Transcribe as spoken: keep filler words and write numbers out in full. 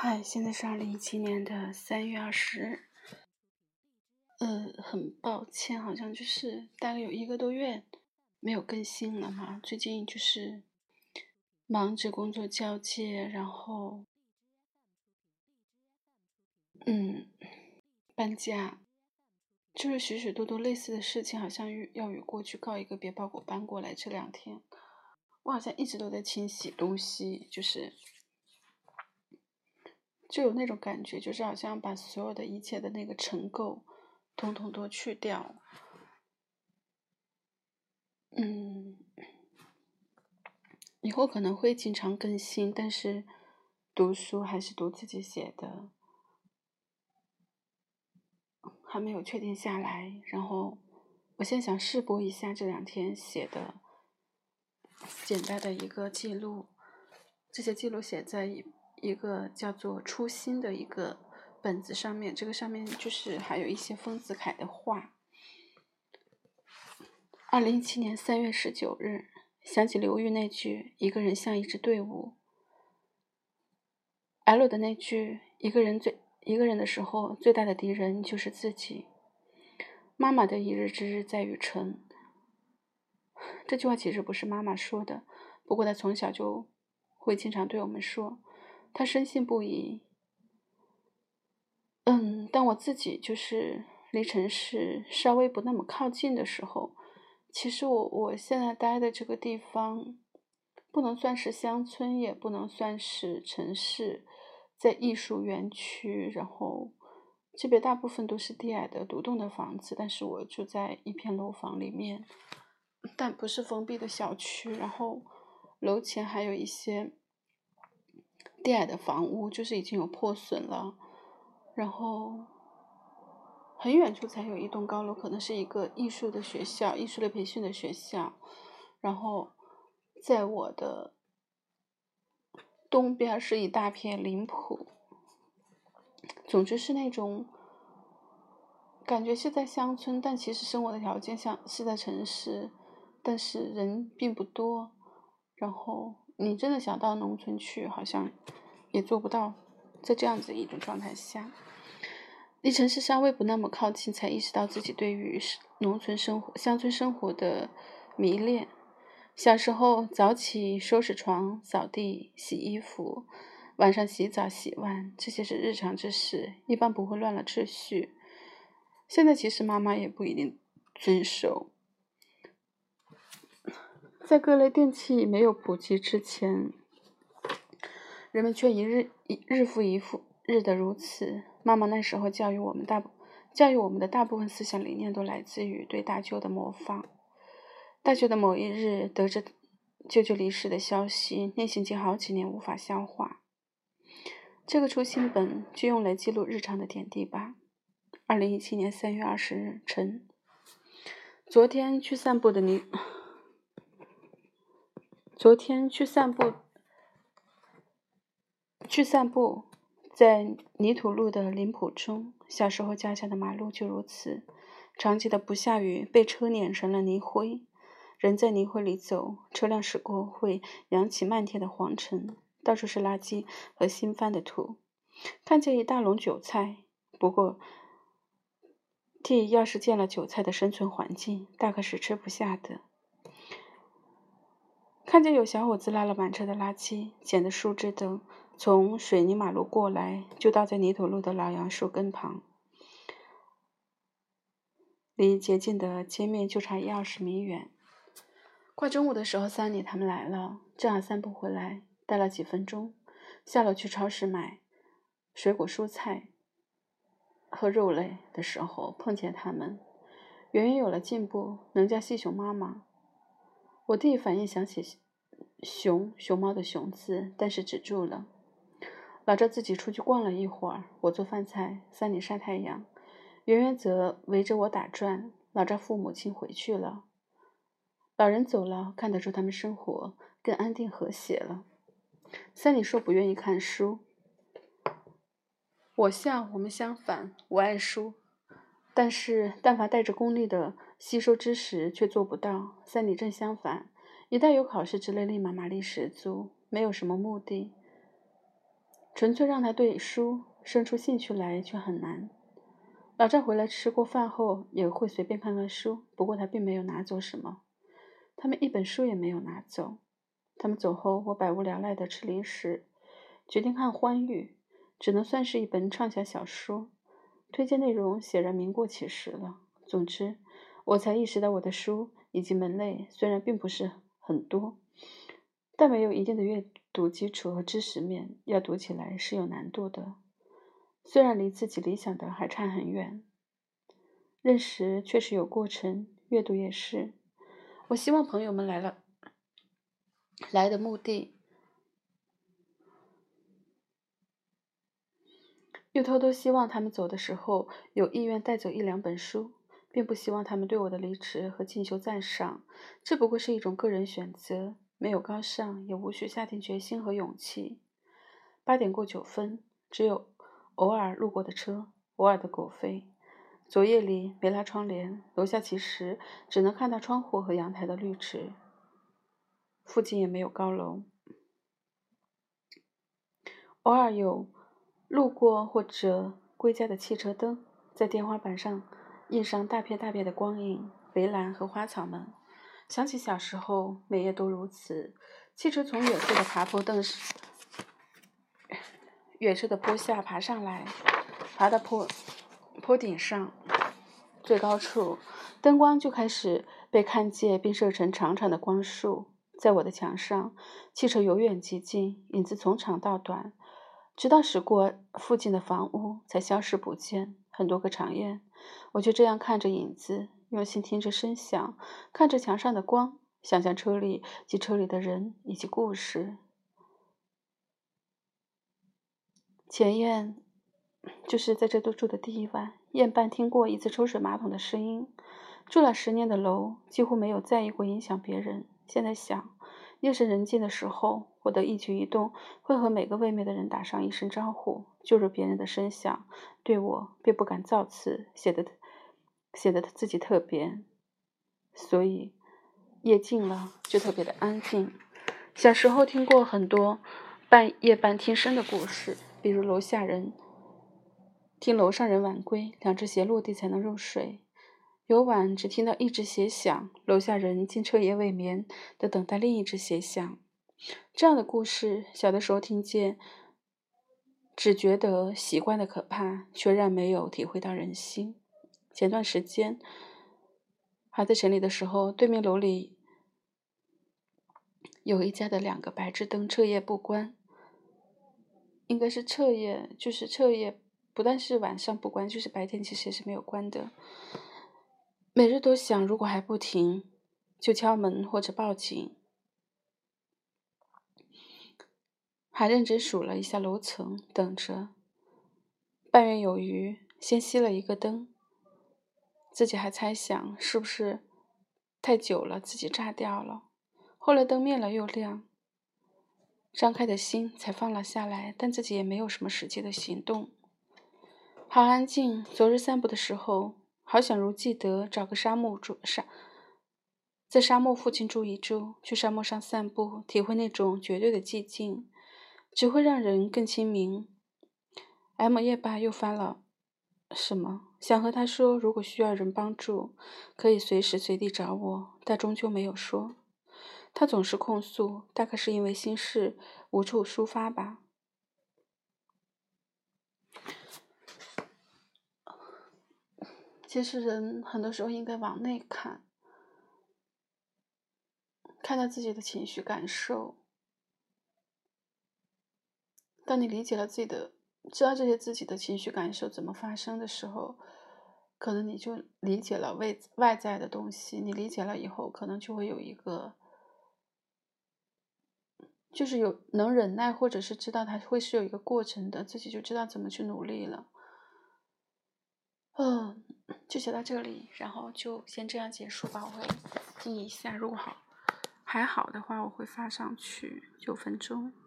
嗨，现在是二零一七年的三月二十日。呃，很抱歉，好像就是大概有一个多月没有更新了嘛。最近就是忙着工作交接，然后嗯搬家，就是许许多多类似的事情，好像与要与过去告一个别，包裹搬过来这两天，我好像一直都在清洗东西，就是就有那种感觉，就是好像把所有的一切的那个尘垢统统都去掉。嗯，以后可能会经常更新，但是读书还是读自己写的，还没有确定下来。然后我现在想试播一下这两天写的简单的一个记录，这些记录写在一一个叫做初心的一个本子上面，这个上面就是还有一些丰子恺的话。二零一七年三月十九日，想起刘玉那句一个人像一支队伍， L 的那句一个人最一个人的时候最大的敌人就是自己，妈妈的一日之日在于晨。这句话其实不是妈妈说的，不过她从小就会经常对我们说，她深信不疑。嗯，当我自己就是离城市稍微不那么靠近的时候，其实我我现在待的这个地方不能算是乡村，也不能算是城市，在艺术园区，然后这边大部分都是低矮的独栋的房子，但是我住在一片楼房里面，但不是封闭的小区，然后楼前还有一些低矮的房屋，就是已经有破损了，然后很远处才有一栋高楼，可能是一个艺术的学校，艺术类培训的学校。然后在我的东边是一大片林圃，总之是那种感觉是在乡村，但其实生活的条件像是在城市，但是人并不多。然后你真的想到农村去，好像也做不到。在这样子一种状态下，离城市稍微不那么靠近，才意识到自己对于农村生活、乡村生活的迷恋。小时候早起收拾床、扫地、洗衣服，晚上洗澡、洗碗，这些是日常之事，一般不会乱了秩序。现在其实妈妈也不一定遵守。在各类电器没有普及之前，人们却一日一日复一日的如此。妈妈那时候教育我们大教育我们的大部分思想理念都来自于对大舅的模仿。大舅的某一日得知舅舅离世的消息，内心竟好几年无法消化。这个初心本就用来记录日常的点滴吧。二零一七年三月二十日晨，昨天去散步的你，昨天去散步，去散步，在泥土路的林圃中，小时候家乡的马路就如此，长期的不下雨，被车碾成了泥灰。人在泥灰里走，车辆驶过会扬起漫天的黄尘，到处是垃圾和新翻的土。看见一大笼韭菜，不过T 要是见了韭菜的生存环境，大概是吃不下的。看见有小伙子拉了满车的垃圾、捡的树枝等，从水泥马路过来，就倒在泥土路的老杨树根旁。离洁净的街面就差一二十米远。快中午的时候，三里他们来了，正好散步回来，待了几分钟，下楼去超市买水果、蔬菜和肉类的时候，碰见他们。圆圆有了进步，能叫细熊妈妈。我第一反应想起熊熊猫的熊字，但是止住了。老赵自己出去逛了一会儿，我做饭菜，三里晒太阳，圆圆则围着我打转。老赵父母亲回去了，老人走了，看得出他们生活更安定和谐了。三里说不愿意看书，我像我们相反，我爱书，但是但凡带着功利的吸收知识却做不到。三里正相反，一旦有考试之类，立马马力十足，没有什么目的， 纯粹让他对书生出兴趣来却很难。老赵回来吃过饭后也会随便看看书，不过他并没有拿走什么，他们一本书也没有拿走。他们走后，我百无聊赖地吃零食，决定看《欢愉》，只能算是一本畅销小说，推荐内容显然名过其实了。总之，我才意识到我的书以及门类虽然并不是很多，但没有一定的阅读基础和知识面，要读起来是有难度的。虽然离自己理想的还差很远，认识确实有过程，阅读也是。我希望朋友们来了来的目的，又偷偷希望他们走的时候有意愿带走一两本书，并不希望他们对我的离职和进修赞赏，这不过是一种个人选择，没有高尚，也无需下定决心和勇气。八点过九分，只有偶尔路过的车，偶尔的狗吠。昨夜里没拉窗帘，楼下其实只能看到窗户和阳台的绿植，附近也没有高楼。偶尔有路过或者归家的汽车灯，在天花板上印上大片大片的光影，围栏和花草们。想起小时候，每夜都如此。汽车从远处的爬坡凳远处的坡下爬上来，爬到坡坡顶上最高处，灯光就开始被看见并射成长长的光束。在我的墙上，汽车由远及近，影子从长到短，直到驶过附近的房屋才消失不见。很多个长夜，我就这样看着影子，用心听着声响，看着墙上的光，想象车里及车里的人以及故事。前燕就是在这都住的第一晚，燕半听过一次抽水马桶的声音。住了十年的楼，几乎没有在意过影响别人。现在想，夜深人静的时候，我的一举一动会和每个位面的人打上一声招呼，就着别人的声响，对我便不敢造次，显得显得自己特别。所以夜静了，就特别的安静。小时候听过很多半夜半听声的故事，比如楼下人听楼上人晚归，两只鞋落地才能入睡；有晚只听到一只鞋响，楼下人竟彻夜未眠的等待另一只鞋响。这样的故事，小的时候听见，只觉得习惯的可怕，却然没有体会到人心。前段时间还在城里的时候，对面楼里有一家的两个白炽灯彻夜不关，应该是彻夜，就是彻夜，不但是晚上不关，就是白天其实也是没有关的。每日都想，如果还不停，就敲门或者报警。还认真数了一下楼层，等着。半月有余，先熄了一个灯，自己还猜想是不是太久了，自己炸掉了。后来灯灭了又亮，张开的心才放了下来，但自己也没有什么实际的行动。好安静，昨日散步的时候，好想如记得找个沙漠住沙，在沙漠附近住一住，去沙漠上散步，体会那种绝对的寂静，只会让人更清明。M 夜爸又翻了什么？想和他说，如果需要人帮助，可以随时随地找我，但终究没有说。他总是控诉，大概是因为心事无处抒发吧。其实人很多时候应该往内看，看到自己的情绪感受。当你理解了自己的，知道这些自己的情绪感受怎么发生的时候，可能你就理解了外外在的东西。你理解了以后，可能就会有一个，就是有能忍耐，或者是知道它会是有一个过程的，自己就知道怎么去努力了。嗯，就写到这里，然后就先这样结束吧。我会听一下，如果好还好的话，我会发上去九分钟。